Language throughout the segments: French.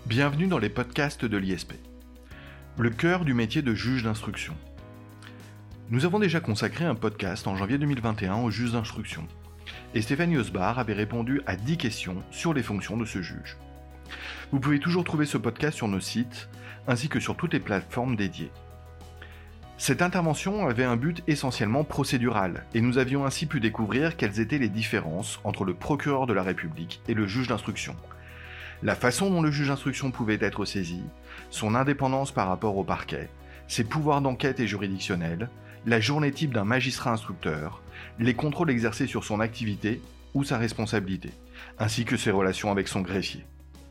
Bienvenue dans les podcasts de l'ISP, le cœur du métier de juge d'instruction. Nous avons déjà consacré un podcast en janvier 2021 au juge d'instruction, et Stéphanie Osbar avait répondu à 10 questions sur les fonctions de ce juge. Vous pouvez toujours trouver ce podcast sur nos sites, ainsi que sur toutes les plateformes dédiées. Cette intervention avait un but essentiellement procédural, et nous avions ainsi pu découvrir quelles étaient les différences entre le procureur de la République et le juge d'instruction, la façon dont le juge d'instruction pouvait être saisi, son indépendance par rapport au parquet, ses pouvoirs d'enquête et juridictionnels, la journée type d'un magistrat instructeur, les contrôles exercés sur son activité ou sa responsabilité, ainsi que ses relations avec son greffier.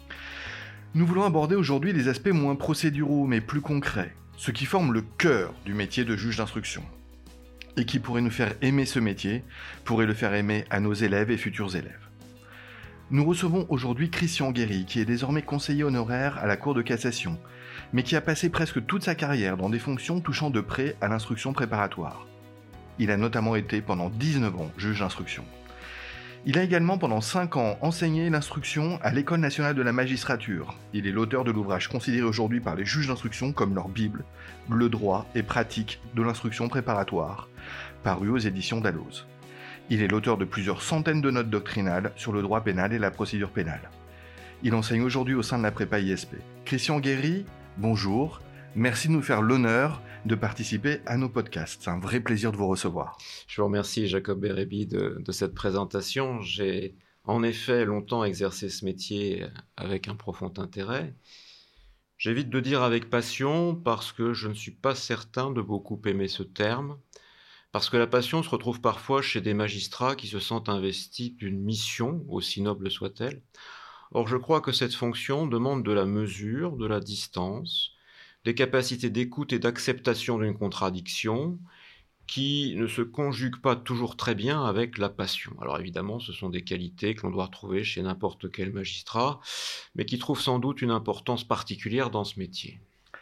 Nous voulons aborder aujourd'hui des aspects moins procéduraux mais plus concrets, ce qui forme le cœur du métier de juge d'instruction, et qui pourrait nous faire aimer ce métier, pourrait le faire aimer à nos élèves et futurs élèves. Nous recevons aujourd'hui Christian Guéry, qui est désormais conseiller honoraire à la Cour de cassation, mais qui a passé presque toute sa carrière dans des fonctions touchant de près à l'instruction préparatoire. Il a notamment été pendant 19 ans juge d'instruction. Il a également pendant 5 ans enseigné l'instruction à l'École nationale de la magistrature. Il est l'auteur de l'ouvrage considéré aujourd'hui par les juges d'instruction comme leur Bible, Le droit et pratique de l'instruction préparatoire, paru aux éditions Dalloz. Il est l'auteur de plusieurs centaines de notes doctrinales sur le droit pénal et la procédure pénale. Il enseigne aujourd'hui au sein de la prépa ISP. Christian Guéry, bonjour. Merci de nous faire l'honneur de participer à nos podcasts. C'est un vrai plaisir de vous recevoir. Je vous remercie, Jacob Bérébi, de cette présentation. J'ai en effet longtemps exercé ce métier avec un profond intérêt. J'évite de dire avec passion parce que je ne suis pas certain de beaucoup aimer ce terme. Parce que la passion se retrouve parfois chez des magistrats qui se sentent investis d'une mission, aussi noble soit-elle. Or, je crois que cette fonction demande de la mesure, de la distance, des capacités d'écoute et d'acceptation d'une contradiction qui ne se conjuguent pas toujours très bien avec la passion. Alors évidemment, ce sont des qualités que l'on doit retrouver chez n'importe quel magistrat, mais qui trouvent sans doute une importance particulière dans ce métier.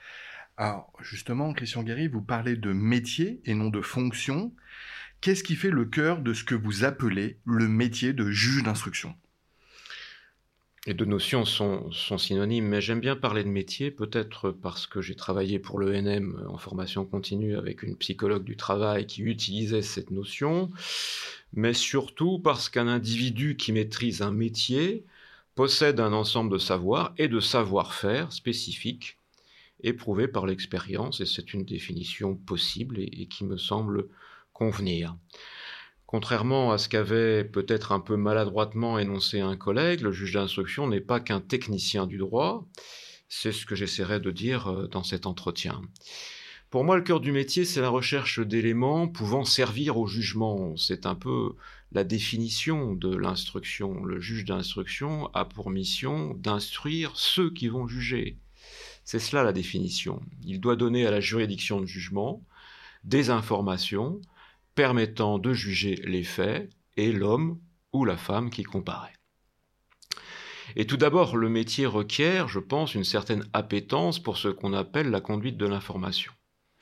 Alors justement, Christian Guéry, vous parlez de métier et non de fonction. Qu'est-ce qui fait le cœur de ce que vous appelez le métier de juge d'instruction ? Les deux notions sont synonymes, mais j'aime bien parler de métier, peut-être parce que j'ai travaillé pour l'ENM en formation continue avec une psychologue du travail qui utilisait cette notion, mais surtout parce qu'un individu qui maîtrise un métier possède un ensemble de savoirs et de savoir-faire spécifiques, éprouvés par l'expérience, et c'est une définition possible et qui me semble convenir. Contrairement à ce qu'avait peut-être un peu maladroitement énoncé un collègue, le juge d'instruction n'est pas qu'un technicien du droit, c'est ce que j'essaierai de dire dans cet entretien. Pour moi, le cœur du métier, c'est la recherche d'éléments pouvant servir au jugement. C'est un peu la définition de l'instruction. Le juge d'instruction a pour mission d'instruire ceux qui vont juger. C'est cela la définition. Il doit donner à la juridiction de jugement des informations permettant de juger les faits et l'homme ou la femme qui comparaît. Et tout d'abord, le métier requiert, je pense, une certaine appétence pour ce qu'on appelle la conduite de l'information.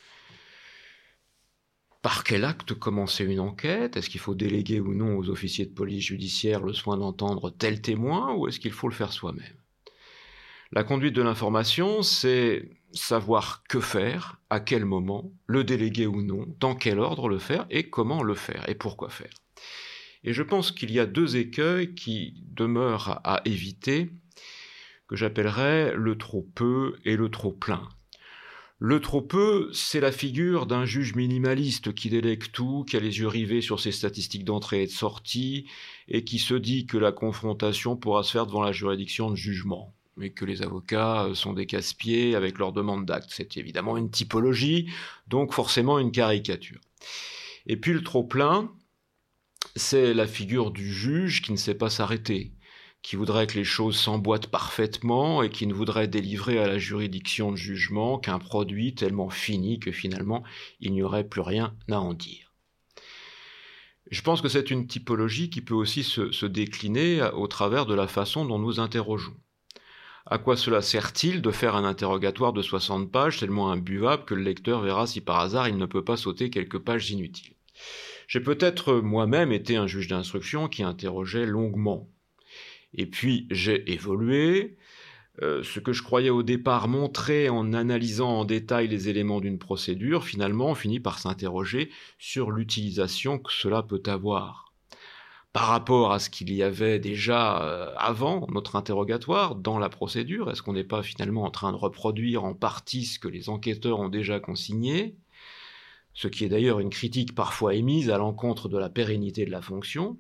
Par quel acte commencer une enquête ? Est-ce qu'il faut déléguer ou non aux officiers de police judiciaire le soin d'entendre tel témoin ou est-ce qu'il faut le faire soi-même ? La conduite de l'information, c'est savoir que faire, à quel moment, le déléguer ou non, dans quel ordre le faire et comment le faire et pourquoi faire. Et je pense qu'il y a deux écueils qui demeurent à éviter, que j'appellerais le trop peu et le trop plein. Le trop peu, c'est la figure d'un juge minimaliste qui délègue tout, qui a les yeux rivés sur ses statistiques d'entrée et de sortie, et qui se dit que la confrontation pourra se faire devant la juridiction de jugement, mais que les avocats sont des casse-pieds avec leurs demandes d'actes. C'est évidemment une typologie, donc forcément une caricature. Et puis le trop-plein, c'est la figure du juge qui ne sait pas s'arrêter, qui voudrait que les choses s'emboîtent parfaitement et qui ne voudrait délivrer à la juridiction de jugement qu'un produit tellement fini que finalement il n'y aurait plus rien à en dire. Je pense que c'est une typologie qui peut aussi se décliner au travers de la façon dont nous interrogeons. À quoi cela sert-il de faire un interrogatoire de 60 pages tellement imbuvable que le lecteur verra si par hasard il ne peut pas sauter quelques pages inutiles ? J'ai peut-être moi-même été un juge d'instruction qui interrogeait longuement. Et puis j'ai évolué, Ce que je croyais au départ montrer en analysant en détail les éléments d'une procédure, finalement, on finit par s'interroger sur l'utilisation que cela peut avoir. Par rapport à ce qu'il y avait déjà avant notre interrogatoire dans la procédure, est-ce qu'on n'est pas finalement en train de reproduire en partie ce que les enquêteurs ont déjà consigné, ce qui est d'ailleurs une critique parfois émise à l'encontre de la pérennité de la fonction.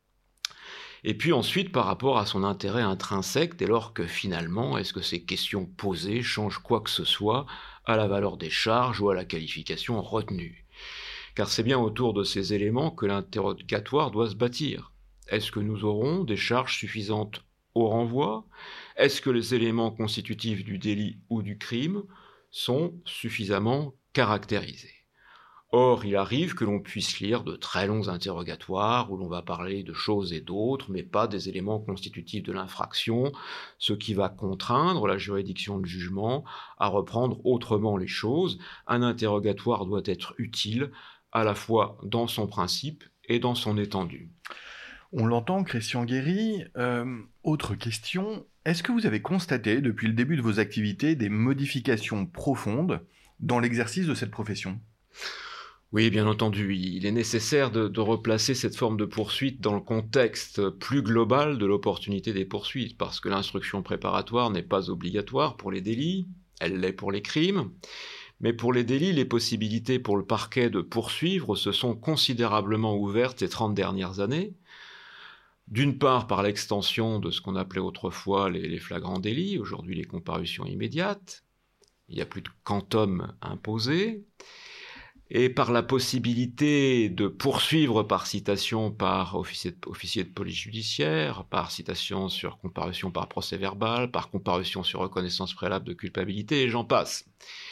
Et puis ensuite, par rapport à son intérêt intrinsèque, dès lors que finalement, est-ce que ces questions posées changent quoi que ce soit à la valeur des charges ou à la qualification retenue? Car c'est bien autour de ces éléments que l'interrogatoire doit se bâtir. Est-ce que nous aurons des charges suffisantes au renvoi? Est-ce que les éléments constitutifs du délit ou du crime sont suffisamment caractérisés? Or, il arrive que l'on puisse lire de très longs interrogatoires où l'on va parler de choses et d'autres, mais pas des éléments constitutifs de l'infraction, ce qui va contraindre la juridiction de jugement à reprendre autrement les choses. Un interrogatoire doit être utile à la fois dans son principe et dans son étendue. On l'entend, Christian Guéry. Autre question, est-ce que vous avez constaté depuis le début de vos activités des modifications profondes dans l'exercice de cette profession ? Oui, bien entendu, il est nécessaire de replacer cette forme de poursuite dans le contexte plus global de l'opportunité des poursuites, parce que l'instruction préparatoire n'est pas obligatoire pour les délits, elle l'est pour les crimes, mais pour les délits, les possibilités pour le parquet de poursuivre se sont considérablement ouvertes ces 30 dernières années, d'une part par l'extension de ce qu'on appelait autrefois les flagrants délits, aujourd'hui les comparutions immédiates, il n'y a plus de quantum imposé, et par la possibilité de poursuivre par citation par officier de police judiciaire, par citation sur comparution par procès verbal, par comparution sur reconnaissance préalable de culpabilité, et j'en passe.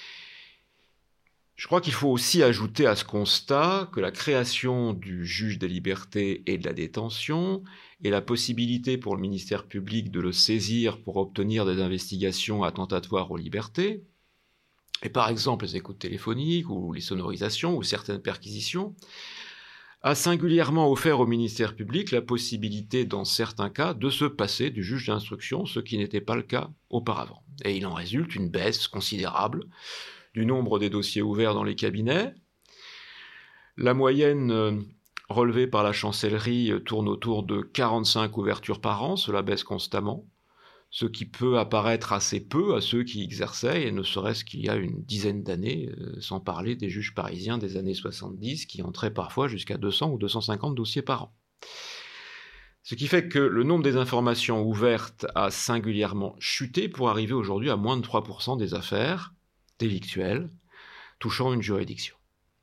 Je crois qu'il faut aussi ajouter à ce constat que la création du juge des libertés et de la détention et la possibilité pour le ministère public de le saisir pour obtenir des investigations attentatoires aux libertés, et par exemple les écoutes téléphoniques ou les sonorisations ou certaines perquisitions, a singulièrement offert au ministère public la possibilité, dans certains cas, de se passer du juge d'instruction, ce qui n'était pas le cas auparavant. Et il en résulte une baisse considérable du nombre des dossiers ouverts dans les cabinets. La moyenne relevée par la chancellerie tourne autour de 45 ouvertures par an, cela baisse constamment, ce qui peut apparaître assez peu à ceux qui exerçaient, et ne serait-ce qu'il y a une dizaine d'années, sans parler des juges parisiens des années 70, qui entraient parfois jusqu'à 200 ou 250 dossiers par an. Ce qui fait que le nombre des informations ouvertes a singulièrement chuté pour arriver aujourd'hui à moins de 3% des affaires délictuelles touchant une juridiction.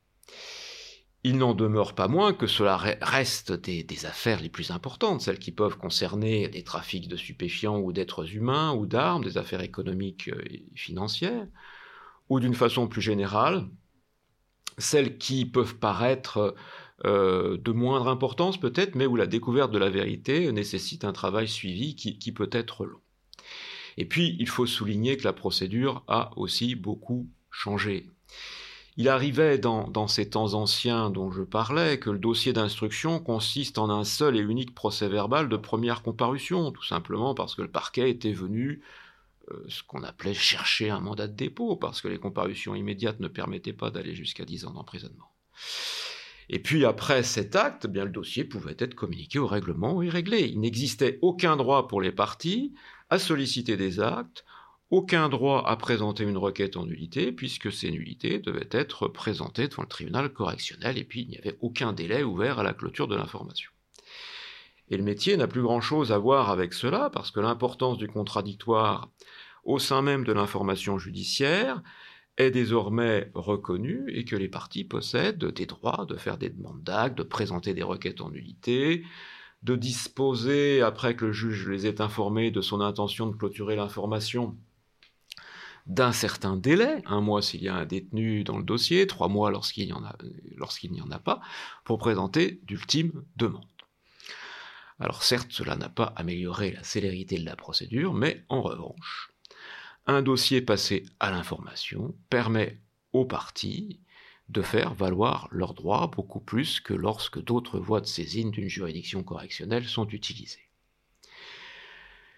Il n'en demeure pas moins que cela reste des affaires les plus importantes, celles qui peuvent concerner des trafics de stupéfiants ou d'êtres humains ou d'armes, des affaires économiques et financières, ou d'une façon plus générale, celles qui peuvent paraître de moindre importance peut-être, mais où la découverte de la vérité nécessite un travail suivi qui peut être long. Et puis, il faut souligner que la procédure a aussi beaucoup changé. Il arrivait dans ces temps anciens dont je parlais que le dossier d'instruction consiste en un seul et unique procès-verbal de première comparution, tout simplement parce que le parquet était venu ce qu'on appelait chercher un mandat de dépôt, parce que les comparutions immédiates ne permettaient pas d'aller jusqu'à 10 ans d'emprisonnement. Et puis après cet acte, eh bien, le dossier pouvait être communiqué au règlement et réglé. Il n'existait aucun droit pour les parties à solliciter des actes, aucun droit à présenter une requête en nullité, puisque ces nullités devaient être présentées devant le tribunal correctionnel, et puis il n'y avait aucun délai ouvert à la clôture de l'information. Et le métier n'a plus grand-chose à voir avec cela, parce que l'importance du contradictoire au sein même de l'information judiciaire est désormais reconnue, et que les parties possèdent des droits de faire des demandes d'actes, de présenter des requêtes en nullité, de disposer, après que le juge les ait informés de son intention de clôturer l'information, d'un certain délai, 1 mois s'il y a un détenu dans le dossier, 3 mois lorsqu'il n'y en a pas, pour présenter d'ultimes demandes. Alors certes, cela n'a pas amélioré la célérité de la procédure, mais en revanche, un dossier passé à l'information permet aux parties de faire valoir leurs droits beaucoup plus que lorsque d'autres voies de saisine d'une juridiction correctionnelle sont utilisées.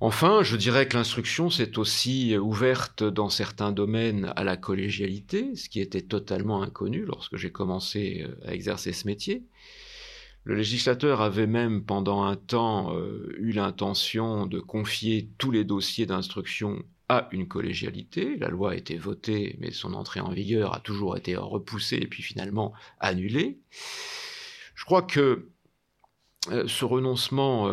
Enfin, je dirais que l'instruction s'est aussi ouverte dans certains domaines à la collégialité, ce qui était totalement inconnu lorsque j'ai commencé à exercer ce métier. Le législateur avait même pendant un temps eu l'intention de confier tous les dossiers d'instruction à une collégialité. La loi a été votée, mais son entrée en vigueur a toujours été repoussée et puis finalement annulée. Je crois que ce renoncement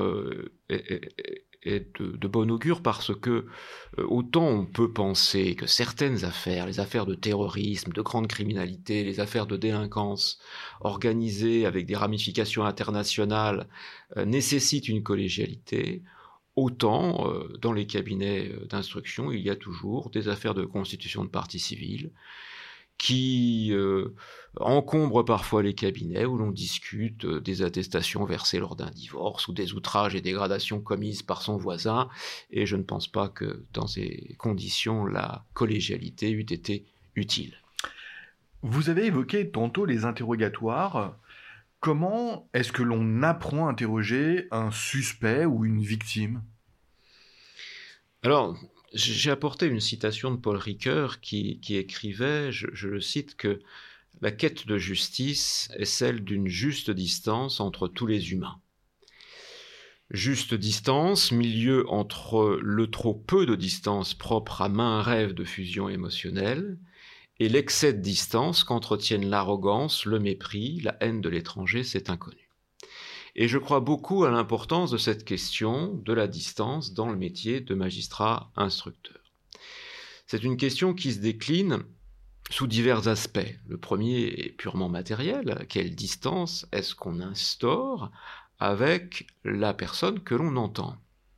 est de bon augure parce que autant on peut penser que certaines affaires, les affaires de terrorisme, de grande criminalité, les affaires de délinquance organisées avec des ramifications internationales nécessitent une collégialité, autant dans les cabinets d'instruction, il y a toujours des affaires de constitution de partie civile qui encombrent parfois les cabinets où l'on discute des attestations versées lors d'un divorce ou des outrages et dégradations commises par son voisin, et je ne pense pas que dans ces conditions la collégialité eût été utile. Vous avez évoqué tantôt les interrogatoires. Comment est-ce que l'on apprend à interroger un suspect ou une victime ? Alors, j'ai apporté une citation de Paul Ricoeur qui écrivait, je le cite, que la quête de justice est celle d'une juste distance entre tous les humains. Juste distance, milieu entre le trop peu de distance propre à maint rêve de fusion émotionnelle et l'excès de distance qu'entretiennent l'arrogance, le mépris, la haine de l'étranger, cet inconnu. Et je crois beaucoup à l'importance de cette question de la distance dans le métier de magistrat instructeur. C'est une question qui se décline sous divers aspects. Le premier est purement matériel. Quelle distance est-ce qu'on instaure avec la personne que l'on entend ?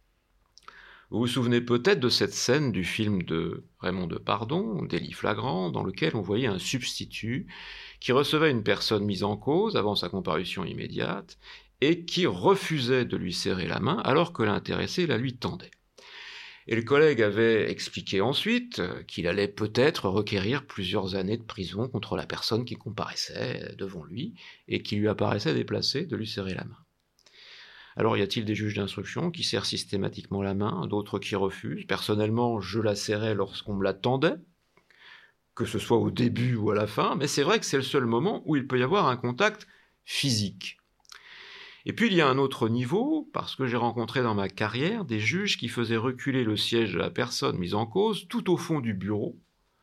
Vous vous souvenez peut-être de cette scène du film de Raymond Depardon, Délit flagrant, dans lequel on voyait un substitut qui recevait une personne mise en cause avant sa comparution immédiate et qui refusait de lui serrer la main alors que l'intéressé la lui tendait. Et le collègue avait expliqué ensuite qu'il allait peut-être requérir plusieurs années de prison contre la personne qui comparaissait devant lui et qui lui apparaissait déplacé de lui serrer la main. Alors y a-t-il des juges d'instruction qui serrent systématiquement la main, d'autres qui refusent ? Personnellement, je la serrais lorsqu'on me la tendait, que ce soit au début ou à la fin, mais c'est vrai que c'est le seul moment où il peut y avoir un contact physique. Et puis il y a un autre niveau, parce que j'ai rencontré dans ma carrière des juges qui faisaient reculer le siège de la personne mise en cause tout au fond du bureau,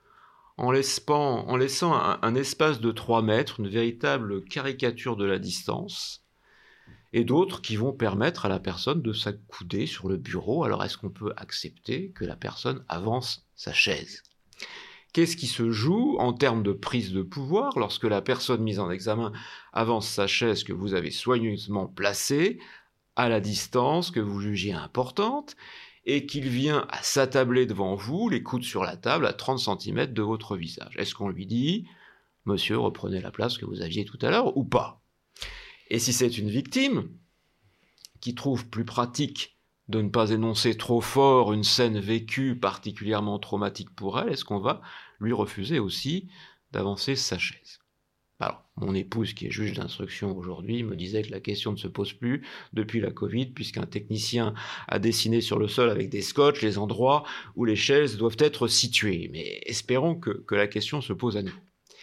en laissant un espace de 3 mètres, une véritable caricature de la distance, et d'autres qui vont permettre à la personne de s'accouder sur le bureau. Alors est-ce qu'on peut accepter que la personne avance sa chaise ? Qu'est-ce qui se joue en termes de prise de pouvoir lorsque la personne mise en examen avance sa chaise que vous avez soigneusement placée à la distance que vous jugez importante et qu'il vient à s'attabler devant vous, les coudes sur la table à 30 cm de votre visage ? Est-ce qu'on lui dit « Monsieur, reprenez la place que vous aviez tout à l'heure » ou pas ? Et si c'est une victime qui trouve plus pratique de ne pas énoncer trop fort une scène vécue particulièrement traumatique pour elle, est-ce qu'on va lui refuser aussi d'avancer sa chaise ? Alors, mon épouse, qui est juge d'instruction aujourd'hui, me disait que la question ne se pose plus depuis la Covid, puisqu'un technicien a dessiné sur le sol avec des scotch les endroits où les chaises doivent être situées. Mais espérons que la question se pose à nouveau.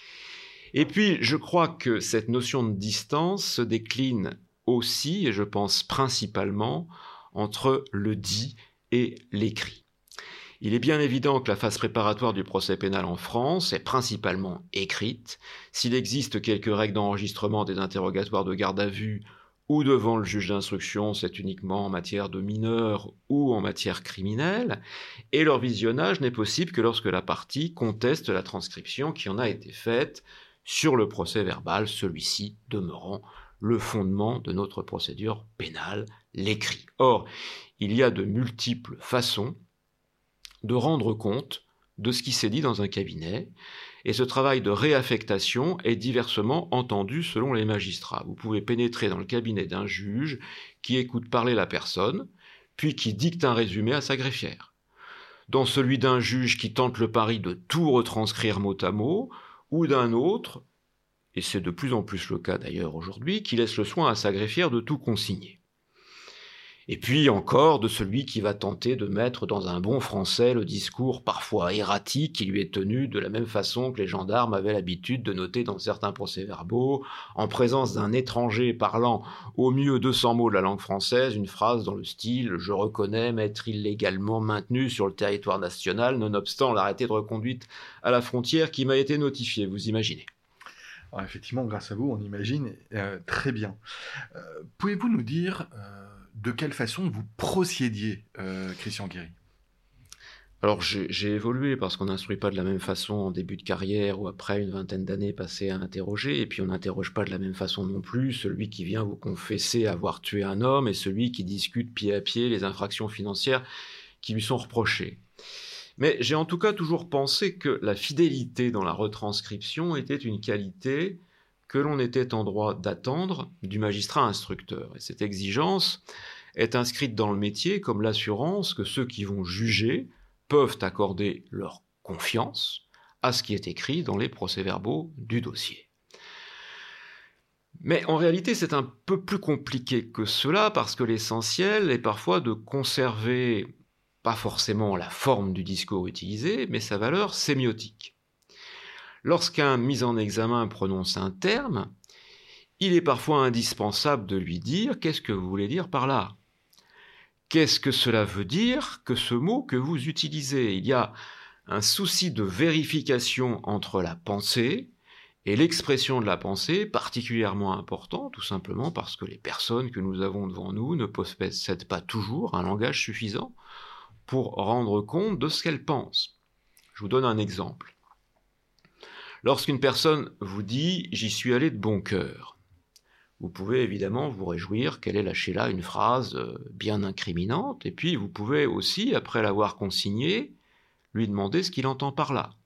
Et puis, je crois que cette notion de distance se décline aussi, et je pense principalement, entre le dit et l'écrit. Il est bien évident que la phase préparatoire du procès pénal en France est principalement écrite. S'il existe quelques règles d'enregistrement des interrogatoires de garde à vue ou devant le juge d'instruction, c'est uniquement en matière de mineurs ou en matière criminelle, et leur visionnage n'est possible que lorsque la partie conteste la transcription qui en a été faite sur le procès verbal, celui-ci demeurant le fondement de notre procédure pénale, l'écrit. Or, il y a de multiples façons de rendre compte de ce qui s'est dit dans un cabinet, et ce travail de réaffectation est diversement entendu selon les magistrats. Vous pouvez pénétrer dans le cabinet d'un juge qui écoute parler la personne, puis qui dicte un résumé à sa greffière. Dans celui d'un juge qui tente le pari de tout retranscrire mot à mot, ou d'un autre, et c'est de plus en plus le cas d'ailleurs aujourd'hui, qui laisse le soin à sa greffière de tout consigner. Et puis encore de celui qui va tenter de mettre dans un bon français le discours parfois erratique qui lui est tenu de la même façon que les gendarmes avaient l'habitude de noter dans certains procès-verbaux, en présence d'un étranger parlant au mieux 200 mots de la langue française, une phrase dans le style « Je reconnais m'être illégalement maintenu sur le territoire national, nonobstant l'arrêté de reconduite à la frontière qui m'a été notifié », vous imaginez. Alors effectivement, grâce à vous, on imagine très bien. Pouvez-vous nous dire de quelle façon vous procédiez, Christian Guéry? Alors j'ai évolué parce qu'on n'instruit pas de la même façon en début de carrière ou après une vingtaine d'années passées à interroger, et puis on n'interroge pas de la même façon non plus celui qui vient vous confesser avoir tué un homme et celui qui discute pied à pied les infractions financières qui lui sont reprochées. Mais j'ai en tout cas toujours pensé que la fidélité dans la retranscription était une qualité que l'on était en droit d'attendre du magistrat instructeur. Et cette exigence est inscrite dans le métier comme l'assurance que ceux qui vont juger peuvent accorder leur confiance à ce qui est écrit dans les procès-verbaux du dossier. Mais en réalité, c'est un peu plus compliqué que cela parce que l'essentiel est parfois de conserver pas forcément la forme du discours utilisé, mais sa valeur sémiotique. Lorsqu'un mis en examen prononce un terme, il est parfois indispensable de lui dire « Qu'est-ce que vous voulez dire par là ?» Qu'est-ce que cela veut dire que ce mot que vous utilisez? Il y a un souci de vérification entre la pensée et l'expression de la pensée, particulièrement important, tout simplement parce que les personnes que nous avons devant nous ne possèdent pas toujours un langage suffisant pour rendre compte de ce qu'elle pense. Je vous donne un exemple. Lorsqu'une personne vous dit « j'y suis allé de bon cœur », vous pouvez évidemment vous réjouir qu'elle ait lâché là une phrase bien incriminante, et puis vous pouvez aussi, après l'avoir consignée, lui demander ce qu'il entend par là.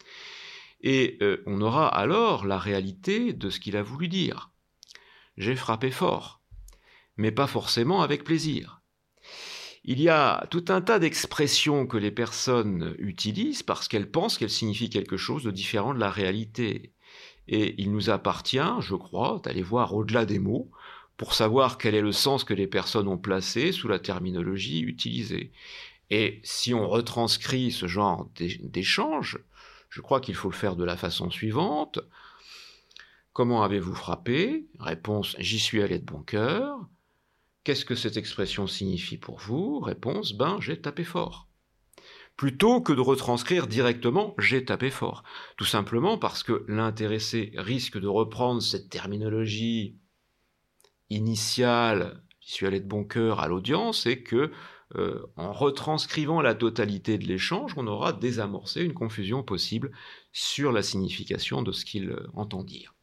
Et on aura alors la réalité de ce qu'il a voulu dire. J'ai frappé fort, mais pas forcément avec plaisir. Il y a tout un tas d'expressions que les personnes utilisent parce qu'elles pensent qu'elles signifient quelque chose de différent de la réalité. Et il nous appartient, je crois, d'aller voir au-delà des mots pour savoir quel est le sens que les personnes ont placé sous la terminologie utilisée. Et si on retranscrit ce genre d'échange, je crois qu'il faut le faire de la façon suivante. Comment avez-vous frappé? Réponse, j'y suis allé de bon cœur. Qu'est-ce que cette expression signifie pour vous? Réponse, j'ai tapé fort. Plutôt que de retranscrire directement « j'ai tapé fort ». Tout simplement parce que l'intéressé risque de reprendre cette terminologie initiale « j'y suis allé de bon cœur » à l'audience et que, en retranscrivant la totalité de l'échange, on aura désamorcé une confusion possible sur la signification de ce qu'il entend dire.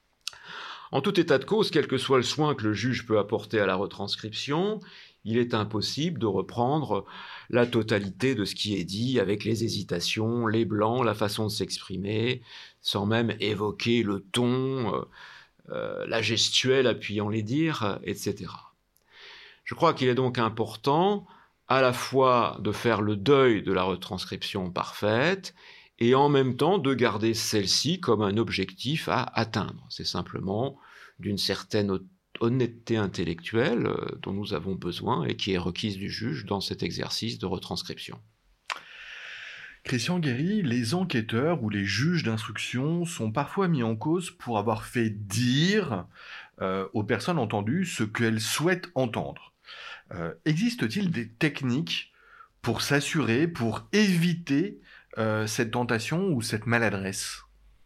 En tout état de cause, quel que soit le soin que le juge peut apporter à la retranscription, il est impossible de reprendre la totalité de ce qui est dit avec les hésitations, les blancs, la façon de s'exprimer, sans même évoquer le ton, la gestuelle appuyant les dires, etc. Je crois qu'il est donc important à la fois de faire le deuil de la retranscription parfaite et en même temps de garder celle-ci comme un objectif à atteindre. C'est simplement d'une certaine honnêteté intellectuelle dont nous avons besoin et qui est requise du juge dans cet exercice de retranscription. Christian Guéry, les enquêteurs ou les juges d'instruction sont parfois mis en cause pour avoir fait dire aux personnes entendues ce qu'elles souhaitent entendre. Existe-t-il des techniques pour s'assurer, pour éviter cette tentation ou cette maladresse?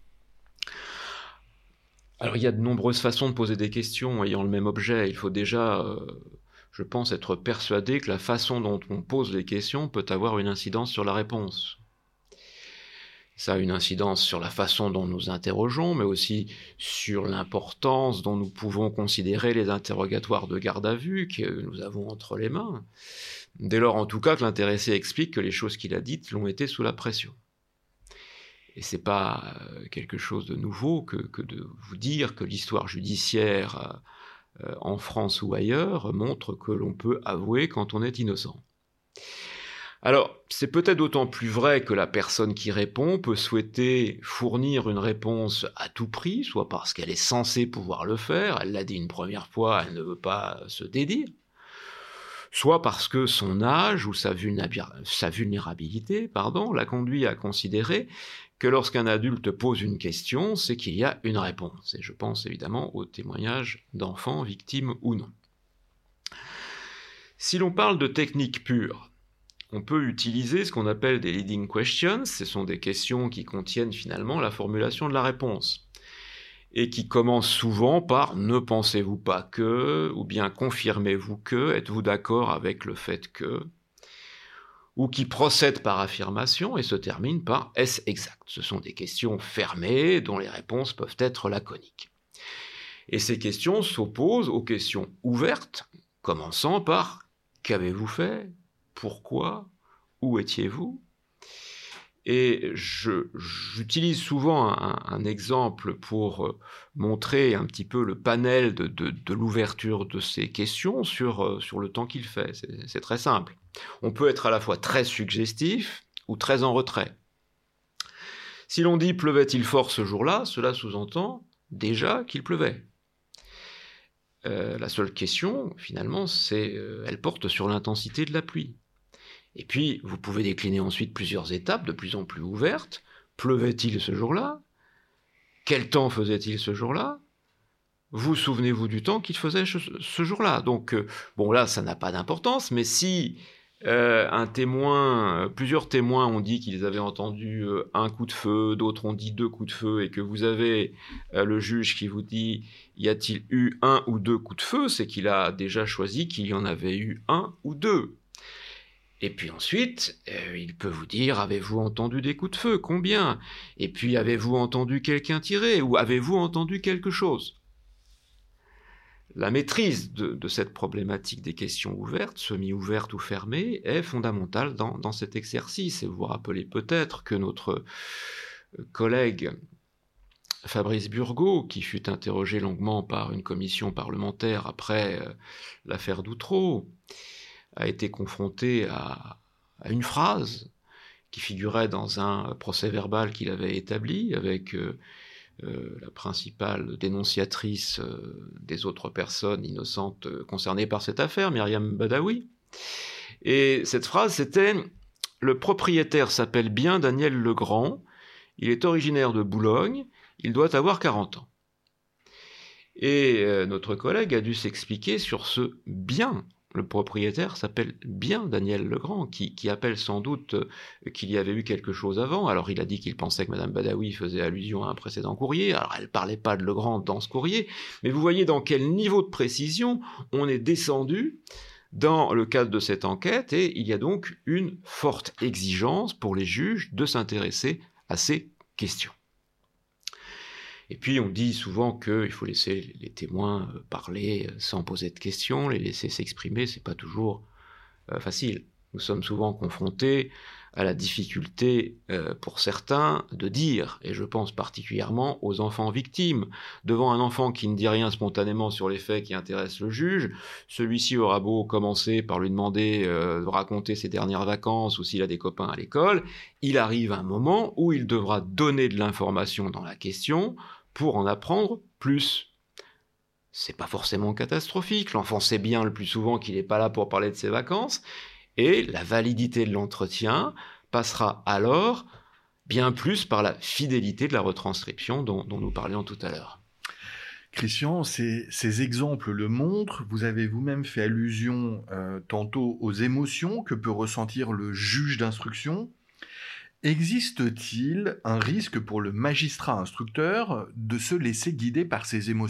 Alors il y a de nombreuses façons de poser des questions ayant le même objet. Il faut déjà, je pense, être persuadé que la façon dont on pose les questions peut avoir une incidence sur la réponse. Ça a une incidence sur la façon dont nous interrogeons, mais aussi sur l'importance dont nous pouvons considérer les interrogatoires de garde à vue que nous avons entre les mains. Dès lors, en tout cas, que l'intéressé explique que les choses qu'il a dites l'ont été sous la pression. Et c'est pas quelque chose de nouveau que de vous dire que l'histoire judiciaire en France ou ailleurs montre que l'on peut avouer quand on est innocent. Alors, c'est peut-être d'autant plus vrai que la personne qui répond peut souhaiter fournir une réponse à tout prix, soit parce qu'elle est censée pouvoir le faire, elle l'a dit une première fois, elle ne veut pas se dédire, soit parce que son âge ou sa vulnérabilité l'a conduit à considérer que lorsqu'un adulte pose une question, c'est qu'il y a une réponse. Et je pense évidemment aux témoignages d'enfants, victimes ou non. Si l'on parle de technique pure, on peut utiliser ce qu'on appelle des leading questions. Ce sont des questions qui contiennent finalement la formulation de la réponse et qui commencent souvent par « ne pensez-vous pas que » ou bien « confirmez-vous que »,« êtes-vous d'accord avec le fait que » ou qui procèdent par affirmation et se terminent par « est-ce exact ». Ce sont des questions fermées dont les réponses peuvent être laconiques. Et ces questions s'opposent aux questions ouvertes, commençant par « qu'avez-vous fait ? Pourquoi ? Où étiez-vous » Et j'utilise souvent un exemple pour montrer un petit peu le panel de l'ouverture de ces questions sur le temps qu'il fait. C'est très simple. On peut être à la fois très suggestif ou très en retrait. Si l'on dit « pleuvait-il fort ce jour-là », cela sous-entend déjà qu'il pleuvait. La seule question, finalement, elle porte sur l'intensité de la pluie. Et puis, vous pouvez décliner ensuite plusieurs étapes de plus en plus ouvertes. Pleuvait-il ce jour-là ? Quel temps faisait-il ce jour-là ? Vous souvenez-vous du temps qu'il faisait ce jour-là ? Donc, bon là, ça n'a pas d'importance, mais si plusieurs témoins ont dit qu'ils avaient entendu un coup de feu, d'autres ont dit 2 coups de feu, et que vous avez le juge qui vous dit « y a-t-il eu 1 ou 2 coups de feu ?» c'est qu'il a déjà choisi qu'il y en avait eu 1 ou 2. Et puis ensuite, il peut vous dire « avez-vous entendu des coups de feu ? Combien ? Et puis avez-vous entendu quelqu'un tirer ? Ou avez-vous entendu quelque chose ?» La maîtrise de cette problématique des questions ouvertes, semi-ouvertes ou fermées, est fondamentale dans cet exercice. Et vous vous rappelez peut-être que notre collègue Fabrice Burgot, qui fut interrogé longuement par une commission parlementaire après l'affaire Doutreau, a été confronté à une phrase qui figurait dans un procès-verbal qu'il avait établi avec la principale dénonciatrice des autres personnes innocentes concernées par cette affaire, Myriam Badawi. Et cette phrase, c'était « Le propriétaire s'appelle bien Daniel Legrand, il est originaire de Boulogne, il doit avoir 40 ans. » Et notre collègue a dû s'expliquer sur ce « bien ». Le propriétaire s'appelle bien Daniel Legrand, qui appelle sans doute qu'il y avait eu quelque chose avant. Alors il a dit qu'il pensait que Madame Badawi faisait allusion à un précédent courrier. Alors elle ne parlait pas de Legrand dans ce courrier, mais vous voyez dans quel niveau de précision on est descendu dans le cadre de cette enquête, et il y a donc une forte exigence pour les juges de s'intéresser à ces questions. Et puis on dit souvent qu'il faut laisser les témoins parler sans poser de questions, les laisser s'exprimer, c'est pas toujours facile. Nous sommes souvent confrontés à la difficulté pour certains de dire, et je pense particulièrement aux enfants victimes. Devant un enfant qui ne dit rien spontanément sur les faits qui intéressent le juge, celui-ci aura beau commencer par lui demander de raconter ses dernières vacances ou s'il a des copains à l'école, il arrive un moment où il devra donner de l'information dans la question pour en apprendre plus. C'est pas forcément catastrophique, l'enfant sait bien le plus souvent qu'il n'est pas là pour parler de ses vacances, et la validité de l'entretien passera alors bien plus par la fidélité de la retranscription dont nous parlions tout à l'heure. Christian, ces exemples le montrent. Vous avez vous-même fait allusion tantôt aux émotions que peut ressentir le juge d'instruction. Existe-t-il un risque pour le magistrat instructeur de se laisser guider par ses émotions ?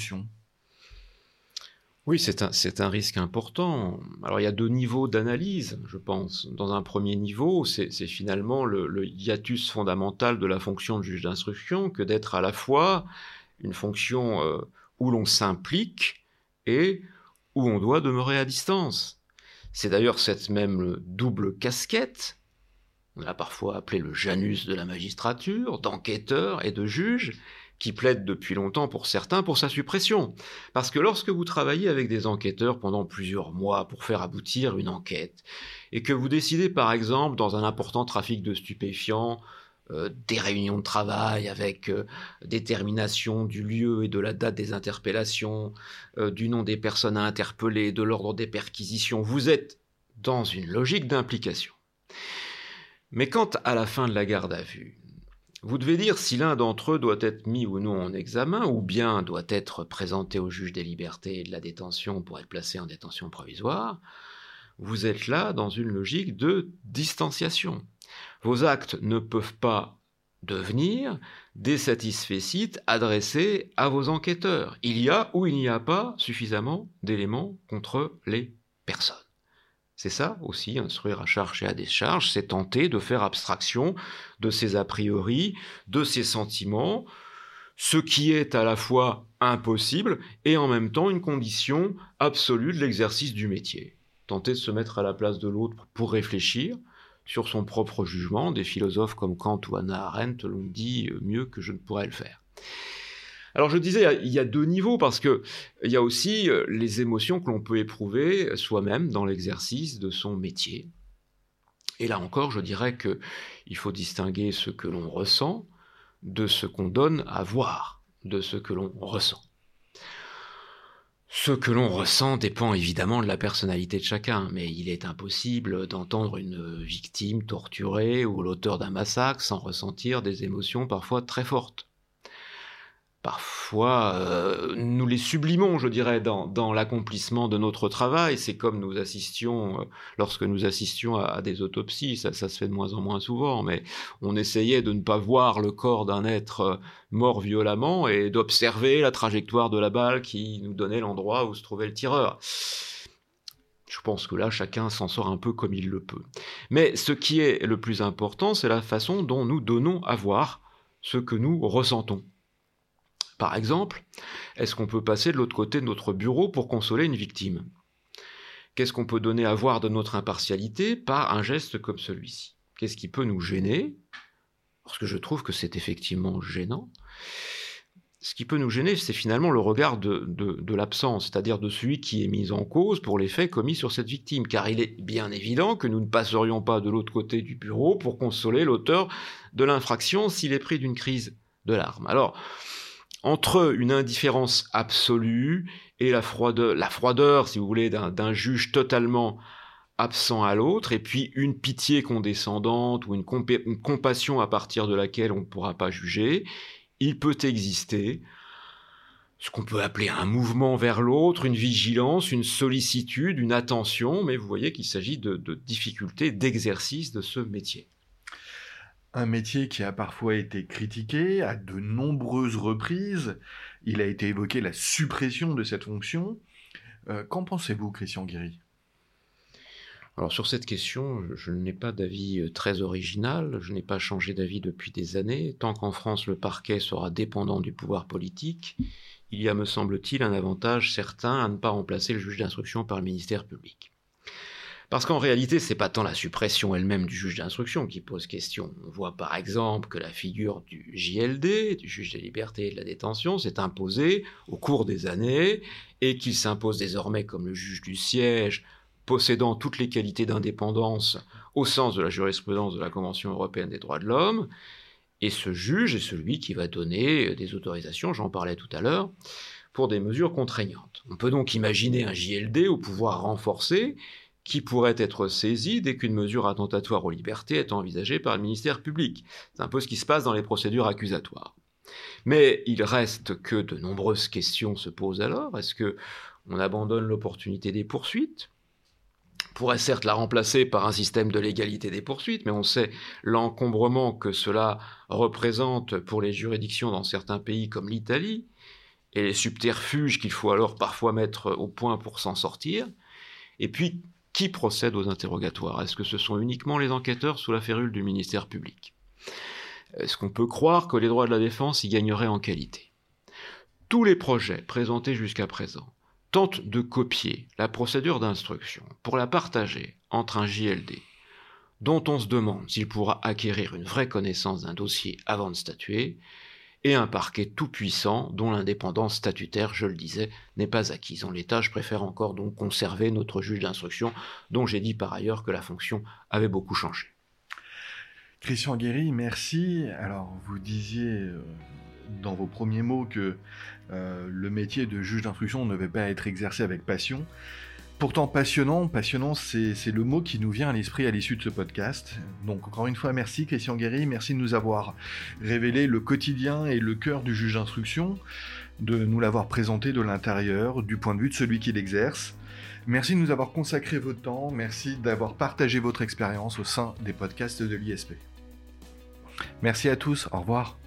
Oui, c'est un risque important. Alors il y a 2 niveaux d'analyse, je pense. Dans un premier niveau, c'est finalement le hiatus fondamental de la fonction de juge d'instruction que d'être à la fois une fonction où l'on s'implique et où on doit demeurer à distance. C'est d'ailleurs cette même double casquette, on l'a parfois appelé le Janus de la magistrature, d'enquêteur et de juge, qui plaide depuis longtemps pour certains pour sa suppression. Parce que lorsque vous travaillez avec des enquêteurs pendant plusieurs mois pour faire aboutir une enquête, et que vous décidez par exemple dans un important trafic de stupéfiants, des réunions de travail avec détermination du lieu et de la date des interpellations, du nom des personnes à interpeller, de l'ordre des perquisitions, vous êtes dans une logique d'implication. Mais quand, à la fin de la garde à vue, vous devez dire si l'un d'entre eux doit être mis ou non en examen, ou bien doit être présenté au juge des libertés et de la détention pour être placé en détention provisoire, vous êtes là dans une logique de distanciation. Vos actes ne peuvent pas devenir des satisfecit adressés à vos enquêteurs. Il y a ou il n'y a pas suffisamment d'éléments contre les personnes. C'est ça aussi, instruire à charge et à décharge, c'est tenter de faire abstraction de ces a priori, de ces sentiments, ce qui est à la fois impossible et en même temps une condition absolue de l'exercice du métier. Tenter de se mettre à la place de l'autre pour réfléchir sur son propre jugement, des philosophes comme Kant ou Hannah Arendt l'ont dit mieux que je ne pourrais le faire. Alors je disais, il y a deux niveaux, parce qu'il y a aussi les émotions que l'on peut éprouver soi-même dans l'exercice de son métier. Et là encore, je dirais qu'il faut distinguer ce que l'on ressent de ce qu'on donne à voir de ce que l'on ressent. Ce que l'on ressent dépend évidemment de la personnalité de chacun, mais il est impossible d'entendre une victime torturée ou l'auteur d'un massacre sans ressentir des émotions parfois très fortes. Parfois, nous les sublimons, je dirais, dans l'accomplissement de notre travail. C'est comme nous assistions, lorsque nous assistions à des autopsies, ça se fait de moins en moins souvent, mais on essayait de ne pas voir le corps d'un être mort violemment et d'observer la trajectoire de la balle qui nous donnait l'endroit où se trouvait le tireur. Je pense que là, chacun s'en sort un peu comme il le peut. Mais ce qui est le plus important, c'est la façon dont nous donnons à voir ce que nous ressentons. Par exemple, est-ce qu'on peut passer de l'autre côté de notre bureau pour consoler une victime ? Qu'est-ce qu'on peut donner à voir de notre impartialité par un geste comme celui-ci ? Qu'est-ce qui peut nous gêner ? Parce que je trouve que c'est effectivement gênant. Ce qui peut nous gêner, c'est finalement le regard de l'absence, c'est-à-dire de celui qui est mis en cause pour les faits commis sur cette victime, car il est bien évident que nous ne passerions pas de l'autre côté du bureau pour consoler l'auteur de l'infraction s'il est pris d'une crise de larmes. Alors, entre une indifférence absolue et la froideur, si vous voulez, d'un juge totalement absent à l'autre, et puis une pitié condescendante ou une compassion à partir de laquelle on ne pourra pas juger, il peut exister ce qu'on peut appeler un mouvement vers l'autre, une vigilance, une sollicitude, une attention, mais vous voyez qu'il s'agit de difficultés d'exercice de ce métier. Un métier qui a parfois été critiqué à de nombreuses reprises. Il a été évoqué la suppression de cette fonction. Qu'en pensez-vous, Christian Guéry ? Alors sur cette question, je n'ai pas d'avis très original, je n'ai pas changé d'avis depuis des années. Tant qu'en France le parquet sera dépendant du pouvoir politique, il y a, me semble-t-il, un avantage certain à ne pas remplacer le juge d'instruction par le ministère public. Parce qu'en réalité, c'est pas tant la suppression elle-même du juge d'instruction qui pose question. On voit par exemple que la figure du JLD, du juge des libertés et de la détention, s'est imposée au cours des années et qu'il s'impose désormais comme le juge du siège, possédant toutes les qualités d'indépendance au sens de la jurisprudence de la Convention européenne des droits de l'homme. Et ce juge est celui qui va donner des autorisations, j'en parlais tout à l'heure, pour des mesures contraignantes. On peut donc imaginer un JLD au pouvoir renforcé qui pourrait être saisi dès qu'une mesure attentatoire aux libertés est envisagée par le ministère public. C'est un peu ce qui se passe dans les procédures accusatoires. Mais il reste que de nombreuses questions se posent alors. Est-ce qu'on abandonne l'opportunité des poursuites ? On pourrait certes la remplacer par un système de légalité des poursuites, mais on sait l'encombrement que cela représente pour les juridictions dans certains pays comme l'Italie, et les subterfuges qu'il faut alors parfois mettre au point pour s'en sortir. Et puis, qui procède aux interrogatoires ? Est-ce que ce sont uniquement les enquêteurs sous la férule du ministère public ? Est-ce qu'on peut croire que les droits de la défense y gagneraient en qualité ? Tous les projets présentés jusqu'à présent tentent de copier la procédure d'instruction pour la partager entre un JLD, dont on se demande s'il pourra acquérir une vraie connaissance d'un dossier avant de statuer, et un parquet tout-puissant dont l'indépendance statutaire, je le disais, n'est pas acquise. En l'état, je préfère encore donc conserver notre juge d'instruction, dont j'ai dit par ailleurs que la fonction avait beaucoup changé. Christian Guéry, merci. Alors, vous disiez dans vos premiers mots que le métier de juge d'instruction ne devait pas être exercé avec passion. Pourtant passionnant, c'est le mot qui nous vient à l'esprit à l'issue de ce podcast. Donc encore une fois, merci Christian Guéry, merci de nous avoir révélé le quotidien et le cœur du juge d'instruction, de nous l'avoir présenté de l'intérieur, du point de vue de celui qui l'exerce. Merci de nous avoir consacré votre temps, merci d'avoir partagé votre expérience au sein des podcasts de l'ISP. Merci à tous, au revoir.